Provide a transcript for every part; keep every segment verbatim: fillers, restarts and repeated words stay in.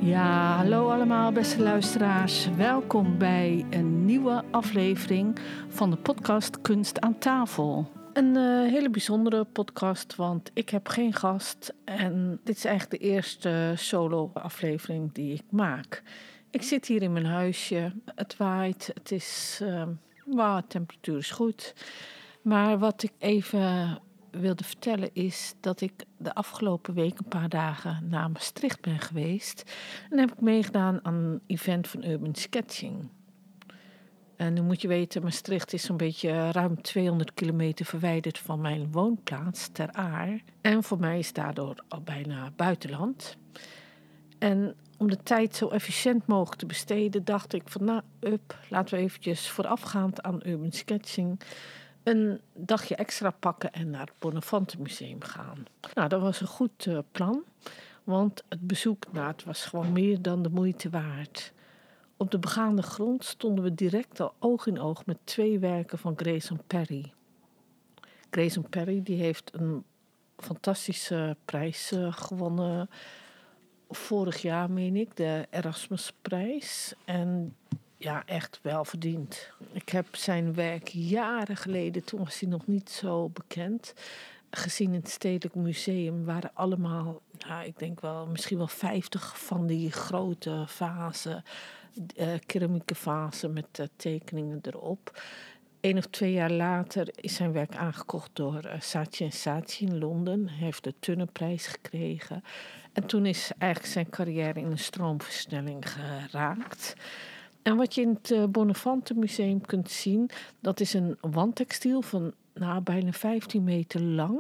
Ja, hallo allemaal beste luisteraars. Welkom bij een nieuwe aflevering van de podcast Kunst aan tafel. Een uh, hele bijzondere podcast, want ik heb geen gast en dit is eigenlijk de eerste solo-aflevering die ik maak. Ik zit hier in mijn huisje, het waait, het is, uh, wow, de temperatuur is goed. Maar wat ik even wilde vertellen is dat ik de afgelopen week een paar dagen naar Maastricht ben geweest. En heb ik meegedaan aan een event van Urban Sketching. En nu moet je weten, Maastricht is zo'n beetje ruim tweehonderd kilometer verwijderd van mijn woonplaats, Ter Aar. En voor mij is daardoor al bijna buitenland. En om de tijd zo efficiënt mogelijk te besteden, dacht ik van nou, up, laten we eventjes voorafgaand aan Urban Sketching een dagje extra pakken en naar het Bonnefante Museum gaan. Nou, dat was een goed uh, plan, want het bezoek naar het was gewoon meer dan de moeite waard. Op de begaande grond stonden we direct al oog in oog met twee werken van Grayson Perry. Grayson Perry die heeft een fantastische prijs uh, gewonnen vorig jaar, meen ik, de Erasmusprijs. En ja, echt wel verdiend. Ik heb zijn werk jaren geleden, toen was hij nog niet zo bekend, gezien in het Stedelijk Museum. Waren allemaal, nou, ik denk wel, misschien wel vijftig van die grote vazen, uh, keramieke vazen met uh, tekeningen erop. Eén of twee jaar later is zijn werk aangekocht door uh, Saatchi en Saatchi in Londen. Hij heeft de Turnerprijs gekregen. En toen is eigenlijk zijn carrière in een stroomversnelling geraakt. En wat je in het uh, Bonnefante Museum kunt zien, dat is een wandtextiel van nou, bijna vijftien meter lang.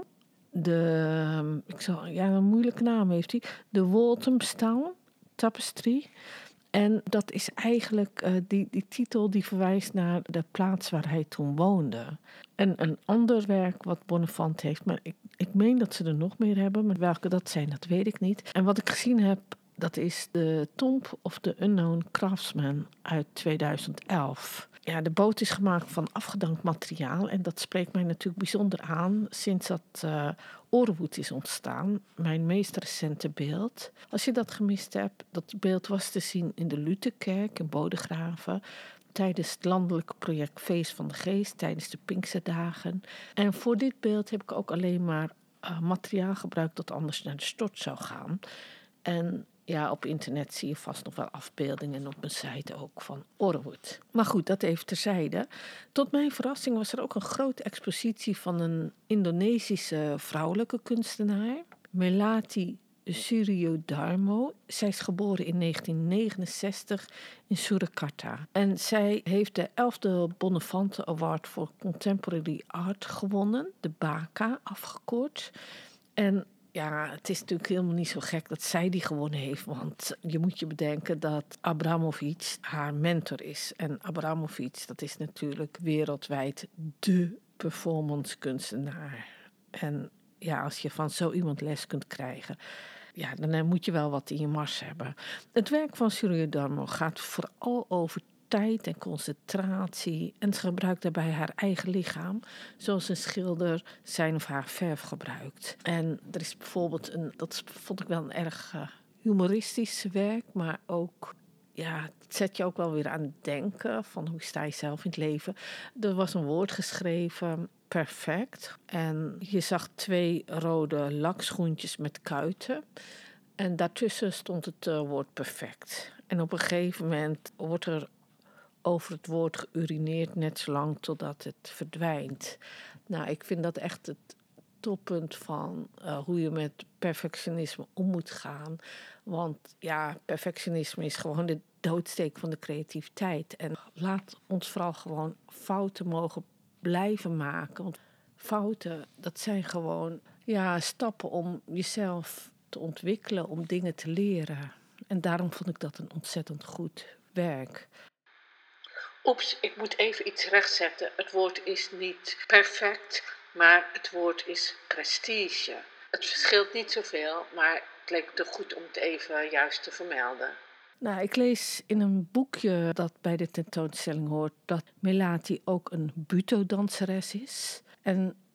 De, ik zal, ja, een moeilijke naam heeft hij. De Walthamstown Tapestry. En dat is eigenlijk, uh, die, die titel die verwijst naar de plaats waar hij toen woonde. En een ander werk wat Bonnefante heeft, maar ik, ik meen dat ze er nog meer hebben, maar welke dat zijn, dat weet ik niet. En wat ik gezien heb, dat is de Tomb of the Unknown Craftsman uit tweeduizend elf. Ja, de boot is gemaakt van afgedankt materiaal en dat spreekt mij natuurlijk bijzonder aan sinds dat uh, Orewood is ontstaan, mijn meest recente beeld. Als je dat gemist hebt, dat beeld was te zien in de Lutherkerk in Bodegraven tijdens het landelijke project Feest van de Geest, tijdens de Pinksterdagen. En voor dit beeld heb ik ook alleen maar uh, materiaal gebruikt dat anders naar de stort zou gaan. En ja, op internet zie je vast nog wel afbeeldingen en op mijn site ook van Orewood. Maar goed, dat even terzijde. Tot mijn verrassing was er ook een grote expositie van een Indonesische vrouwelijke kunstenaar, Melati Suryodarmo. Zij is geboren in negentien negenenzestig in Surakarta. En zij heeft de elfde Bonnefante Award voor Contemporary Art gewonnen, de BACA afgekort. En ja, het is natuurlijk helemaal niet zo gek dat zij die gewonnen heeft. Want je moet je bedenken dat Abramovic haar mentor is. En Abramovic, dat is natuurlijk wereldwijd dé performance kunstenaar. En ja, als je van zo iemand les kunt krijgen, ja, dan moet je wel wat in je mars hebben. Het werk van Suryodarmo gaat vooral over tijd en concentratie. En ze gebruikt daarbij haar eigen lichaam, zoals een schilder zijn of haar verf gebruikt. En er is bijvoorbeeld een, dat vond ik wel een erg uh, humoristisch werk, maar ook, ja, het zet je ook wel weer aan het denken van hoe sta je zelf in het leven. Er was een woord geschreven, perfect. En je zag twee rode lakschoentjes met kuiten. En daartussen stond het uh, woord perfect. En op een gegeven moment wordt er over het woord geurineerd net zo lang totdat het verdwijnt. Nou, ik vind dat echt het toppunt van uh, hoe je met perfectionisme om moet gaan. Want ja, perfectionisme is gewoon de doodsteek van de creativiteit. En laat ons vooral gewoon fouten mogen blijven maken. Want fouten, dat zijn gewoon ja, stappen om jezelf te ontwikkelen, om dingen te leren. En daarom vond ik dat een ontzettend goed werk. Oeps, ik moet even iets rechtzetten. Het woord is niet perfect, maar het woord is prestige. Het verschilt niet zoveel, maar het leek me toch goed om het even juist te vermelden. Nou, ik lees in een boekje dat bij de tentoonstelling hoort dat Melati ook een buto-danseres is. En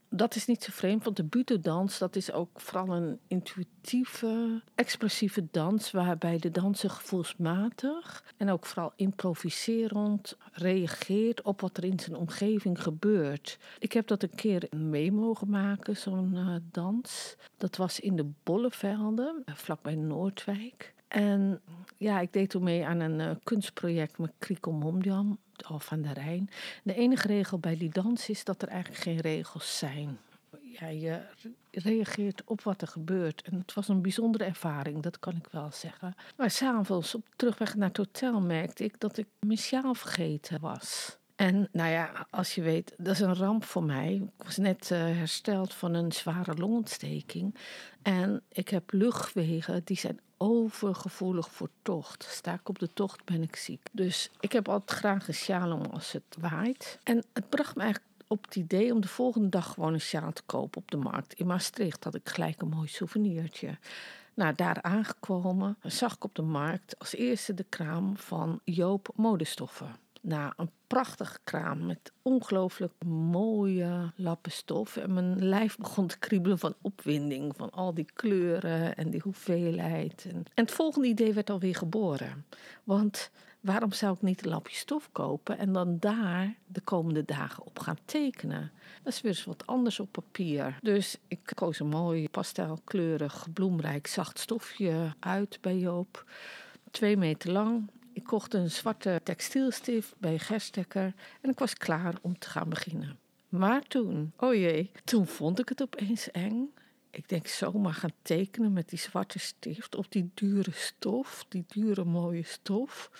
dat is niet zo vreemd, want de Buto-dans, dat is ook vooral een intuïtieve, expressieve dans, waarbij de danser gevoelsmatig en ook vooral improviserend reageert op wat er in zijn omgeving gebeurt. Ik heb dat een keer mee mogen maken, zo'n uh, dans. Dat was in de Bollevelden, uh, vlakbij Noordwijk. En ja, ik deed toen mee aan een uh, kunstproject met Krikel Mondjam, of aan de Rijn. De enige regel bij die dans is dat er eigenlijk geen regels zijn. Ja, je reageert op wat er gebeurt. En het was een bijzondere ervaring, dat kan ik wel zeggen. Maar s'avonds op terugweg naar het hotel merkte ik dat ik mijn sjaal vergeten was. En nou ja, als je weet, dat is een ramp voor mij. Ik was net uh, hersteld van een zware longontsteking. En ik heb luchtwegen, die zijn overgevoelig voor tocht. Sta ik op de tocht, ben ik ziek. Dus ik heb altijd graag een sjaal om als het waait. En het bracht me eigenlijk op het idee om de volgende dag gewoon een sjaal te kopen op de markt. In Maastricht had ik gelijk een mooi souvenirtje. Nou, daar aangekomen zag ik op de markt als eerste de kraam van Joop Modestoffen. Nou, een prachtige kraam met ongelooflijk mooie lappen stof. En mijn lijf begon te kriebelen van opwinding. Van al die kleuren en die hoeveelheid. En, en het volgende idee werd alweer geboren. Want waarom zou ik niet een lapje stof kopen en dan daar de komende dagen op gaan tekenen? Dat is weer eens wat anders op papier. Dus ik koos een mooi pastelkleurig, bloemrijk, zacht stofje uit bij Joop. Twee meter lang. Ik kocht een zwarte textielstift bij Gerstekker en ik was klaar om te gaan beginnen. Maar toen, oh jee, toen vond ik het opeens eng. Ik denk zomaar gaan tekenen met die zwarte stift op die dure stof, die dure mooie stof.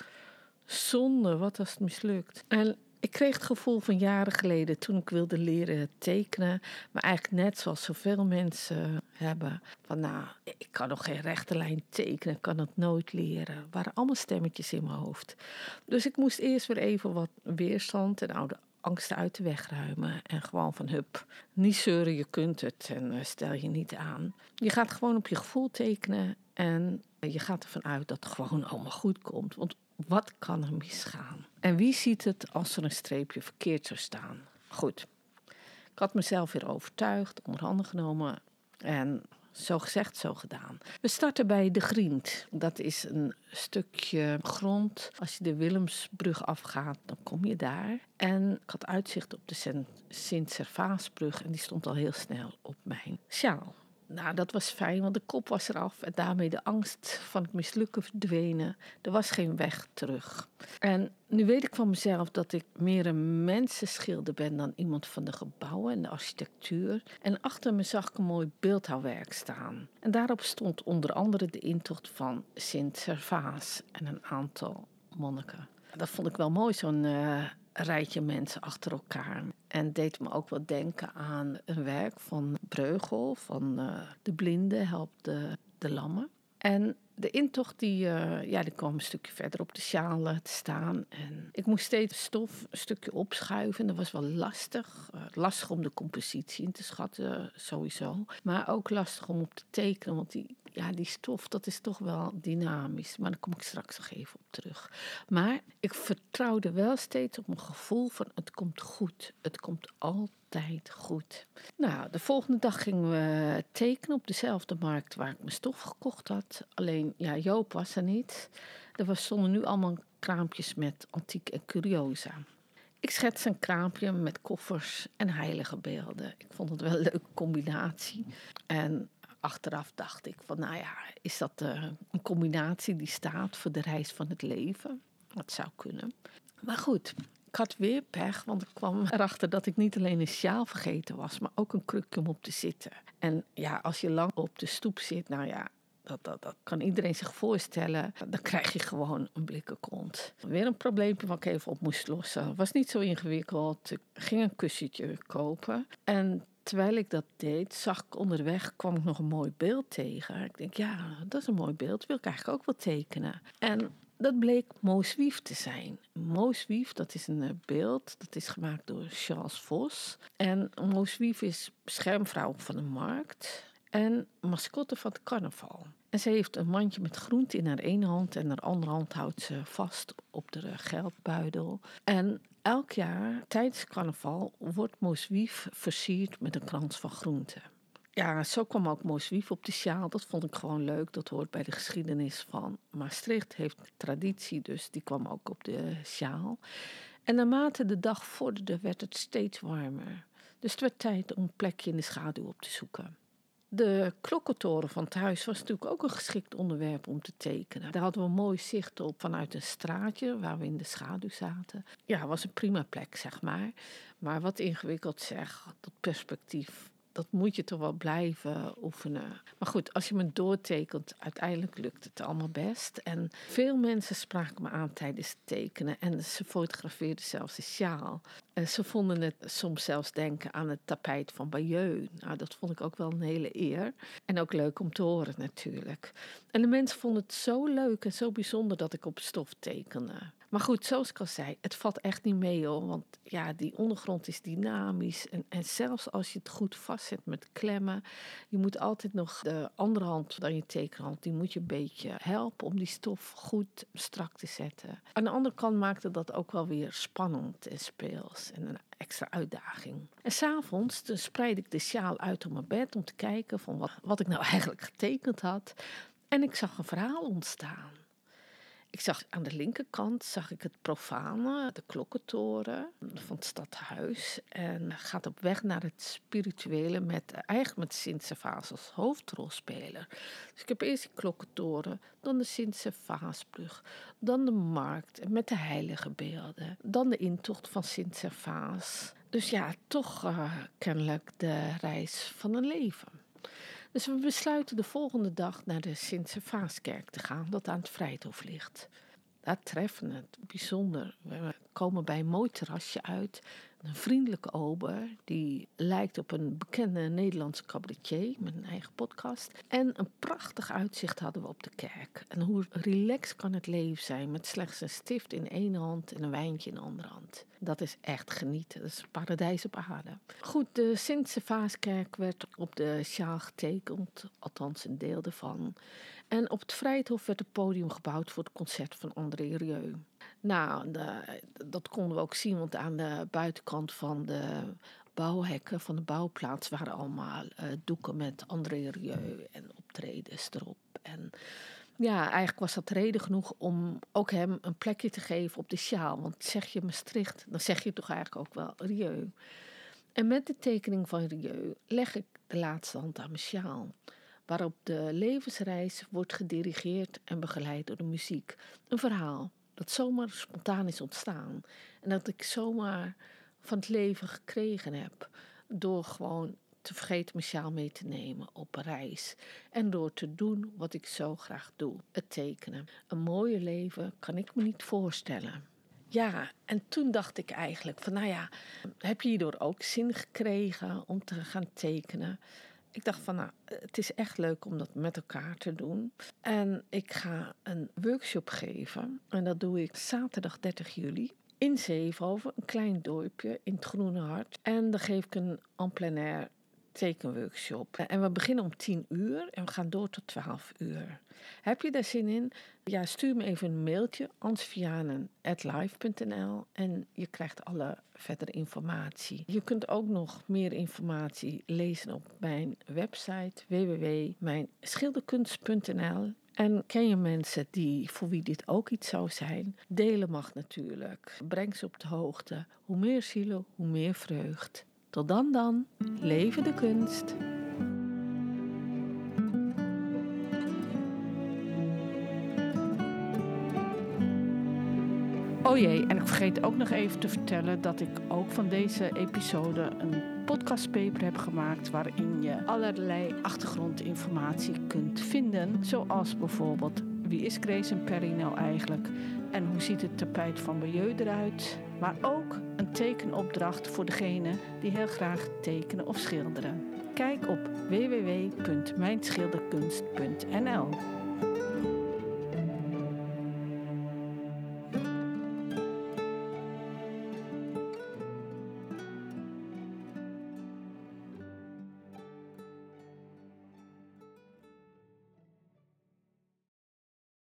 Zonde, wat als het mislukt. En ik kreeg het gevoel van jaren geleden toen ik wilde leren tekenen, maar eigenlijk net zoals zoveel mensen hebben, van nou, ik kan nog geen rechte lijn tekenen, ik kan het nooit leren. Er waren allemaal stemmetjes in mijn hoofd. Dus ik moest eerst weer even wat weerstand en oude angsten uit de weg ruimen en gewoon van hup, niet zeuren, je kunt het en uh, stel je niet aan. Je gaat gewoon op je gevoel tekenen en je gaat ervan uit dat het gewoon allemaal goed komt, want wat kan er misgaan? En wie ziet het als er een streepje verkeerd zou staan? Goed, ik had mezelf weer overtuigd, onder handen genomen en zo gezegd, zo gedaan. We starten bij De Griend. Dat is een stukje grond. Als je de Willemsbrug afgaat, dan kom je daar. En ik had uitzicht op de Sint-Servaasbrug en die stond al heel snel op mijn sjaal. Nou, dat was fijn, want de kop was eraf en daarmee de angst van het mislukken verdwenen. Er was geen weg terug. En nu weet ik van mezelf dat ik meer een mensenschilder ben dan iemand van de gebouwen en de architectuur. En achter me zag ik een mooi beeldhouwwerk staan. En daarop stond onder andere de intocht van Sint-Servaas en een aantal monniken. Dat vond ik wel mooi, zo'n uh, rijtje mensen achter elkaar. En deed me ook wat denken aan een werk van Breugel, van uh, De Blinde helpt de, de lammen. En de intocht die, uh, ja, die kwam een stukje verder op de sjaal te staan. En ik moest steeds stof een stukje opschuiven. Dat was wel lastig. Uh, lastig om de compositie in te schatten, sowieso. Maar ook lastig om op te tekenen, want die, ja, die stof, dat is toch wel dynamisch. Maar daar kom ik straks nog even op terug. Maar ik vertrouwde wel steeds op mijn gevoel van het komt goed. Het komt altijd goed. Nou, de volgende dag gingen we tekenen op dezelfde markt waar ik mijn stof gekocht had. Alleen, ja, Joop was er niet. Er was, stonden nu allemaal kraampjes met antiek en curiosa. Ik schets een kraampje met koffers en heilige beelden. Ik vond het wel een leuke combinatie. En achteraf dacht ik van, nou ja, is dat uh, een combinatie die staat voor de reis van het leven? Dat zou kunnen. Maar goed, ik had weer pech, want ik kwam erachter dat ik niet alleen een sjaal vergeten was, maar ook een krukje om op te zitten. En ja, als je lang op de stoep zit, nou ja, dat, dat, dat kan iedereen zich voorstellen. Dan krijg je gewoon een blikken kont. Weer een probleempje wat ik even op moest lossen. Het was niet zo ingewikkeld. Ik ging een kussentje kopen en terwijl ik dat deed, zag ik onderweg, kwam ik nog een mooi beeld tegen. Ik denk, ja, dat is een mooi beeld, wil ik eigenlijk ook wel tekenen. En dat bleek Moos Wief te zijn. Moos Wief, dat is een beeld, dat is gemaakt door Charles Vos. En Moos Wief is beschermvrouw van de markt en mascotte van het carnaval. En ze heeft een mandje met groente in haar ene hand en haar andere hand houdt ze vast op de geldbuidel. En Elk jaar tijdens carnaval wordt Mooswief versierd met een krans van groenten. Ja, zo kwam ook Mooswief op de sjaal. Dat vond ik gewoon leuk. Dat hoort bij de geschiedenis van Maastricht. Heeft traditie, dus die kwam ook op de sjaal. En naarmate de dag vorderde, werd het steeds warmer. Dus het werd tijd om een plekje in de schaduw op te zoeken. De klokkentoren van het huis was natuurlijk ook een geschikt onderwerp om te tekenen. Daar hadden we een mooi zicht op vanuit een straatje waar we in de schaduw zaten. Ja, het was een prima plek, zeg maar. Maar wat ingewikkeld zeg, dat perspectief, dat moet je toch wel blijven oefenen. Maar goed, als je me doortekent, uiteindelijk lukt het allemaal best. En veel mensen spraken me aan tijdens het tekenen. En ze fotografeerden zelfs de sjaal. En ze vonden het soms zelfs denken aan het tapijt van Bayeux. Nou, dat vond ik ook wel een hele eer. En ook leuk om te horen natuurlijk. En de mensen vonden het zo leuk en zo bijzonder dat ik op stof tekende. Maar goed, zoals ik al zei, het valt echt niet mee hoor. Want ja, die ondergrond is dynamisch. En, en zelfs als je het goed vastzet met klemmen, je moet altijd nog de andere hand dan je tekenhand, die moet je een beetje helpen om die stof goed strak te zetten. Aan de andere kant maakte dat ook wel weer spannend en speels en een extra uitdaging. En 's avonds dus spreid ik de sjaal uit op mijn bed om te kijken van wat, wat ik nou eigenlijk getekend had. En ik zag een verhaal ontstaan. Ik zag aan de linkerkant zag ik het profane, de klokkentoren van het stadhuis. En gaat op weg naar het spirituele met eigenlijk met Sint-Servaas als hoofdrolspeler. Dus ik heb eerst die klokkentoren, dan de Sint-Servaasbrug, dan de markt met de heilige beelden, dan de intocht van Sint-Servaas. Dus ja, toch uh, kennelijk de reis van een leven. Dus we besluiten de volgende dag naar de Sint-Servaaskerk te gaan, dat aan het Vrijthof ligt. Daar treffen we het bijzonder. We komen bij een mooi terrasje uit. Een vriendelijke ober, die lijkt op een bekende Nederlandse cabaretier met een eigen podcast. En een prachtig uitzicht hadden we op de kerk. En hoe relaxed kan het leven zijn met slechts een stift in één hand en een wijntje in de andere hand. Dat is echt genieten. Dat is paradijs op aarde. Goed, de Sint-Servaaskerk werd op de sjaal getekend, althans een deel ervan. En op het Vrijthof werd het podium gebouwd voor het concert van André Rieu. Nou, de, dat konden we ook zien, want aan de buitenkant van de bouwhekken van de bouwplaats waren allemaal uh, doeken met André Rieu en optredens erop. En ja, eigenlijk was dat reden genoeg om ook hem een plekje te geven op de sjaal. Want zeg je Maastricht, dan zeg je toch eigenlijk ook wel Rieu. En met de tekening van Rieu leg ik de laatste hand aan mijn sjaal, waarop de levensreis wordt gedirigeerd en begeleid door de muziek. Een verhaal dat zomaar spontaan is ontstaan. En dat ik zomaar van het leven gekregen heb door gewoon te vergeten mijn sjaal mee te nemen op een reis. En door te doen wat ik zo graag doe, het tekenen. Een mooier leven kan ik me niet voorstellen. Ja, en toen dacht ik eigenlijk van nou ja, heb je hierdoor ook zin gekregen om te gaan tekenen? Ik dacht van nou, het is echt leuk om dat met elkaar te doen. En ik ga een workshop geven. En dat doe ik zaterdag dertig juli. In Zevenhoven, een klein dorpje in het Groene Hart. En dan geef ik een en plein air tekenworkshop. En we beginnen om tien uur en we gaan door tot twaalf uur. Heb je daar zin in? Ja, stuur me even een mailtje, ansvianen at live punt n l en je krijgt alle verdere informatie. Je kunt ook nog meer informatie lezen op mijn website w w w punt mijn schilderkunst punt n l. En ken je mensen die, voor wie dit ook iets zou zijn? Delen mag natuurlijk. Breng ze op de hoogte. Hoe meer zielen, hoe meer vreugd. Tot dan dan, leven de kunst. Oh jee, en ik vergeet ook nog even te vertellen dat ik ook van deze episode een podcastpaper heb gemaakt waarin je allerlei achtergrondinformatie kunt vinden. Zoals bijvoorbeeld, wie is Grace en Perry nou eigenlijk? En hoe ziet het tapijt van Bayeux eruit? Maar ook een tekenopdracht voor degene die heel graag tekenen of schilderen. Kijk op w w w punt mijn schilderkunst punt n l.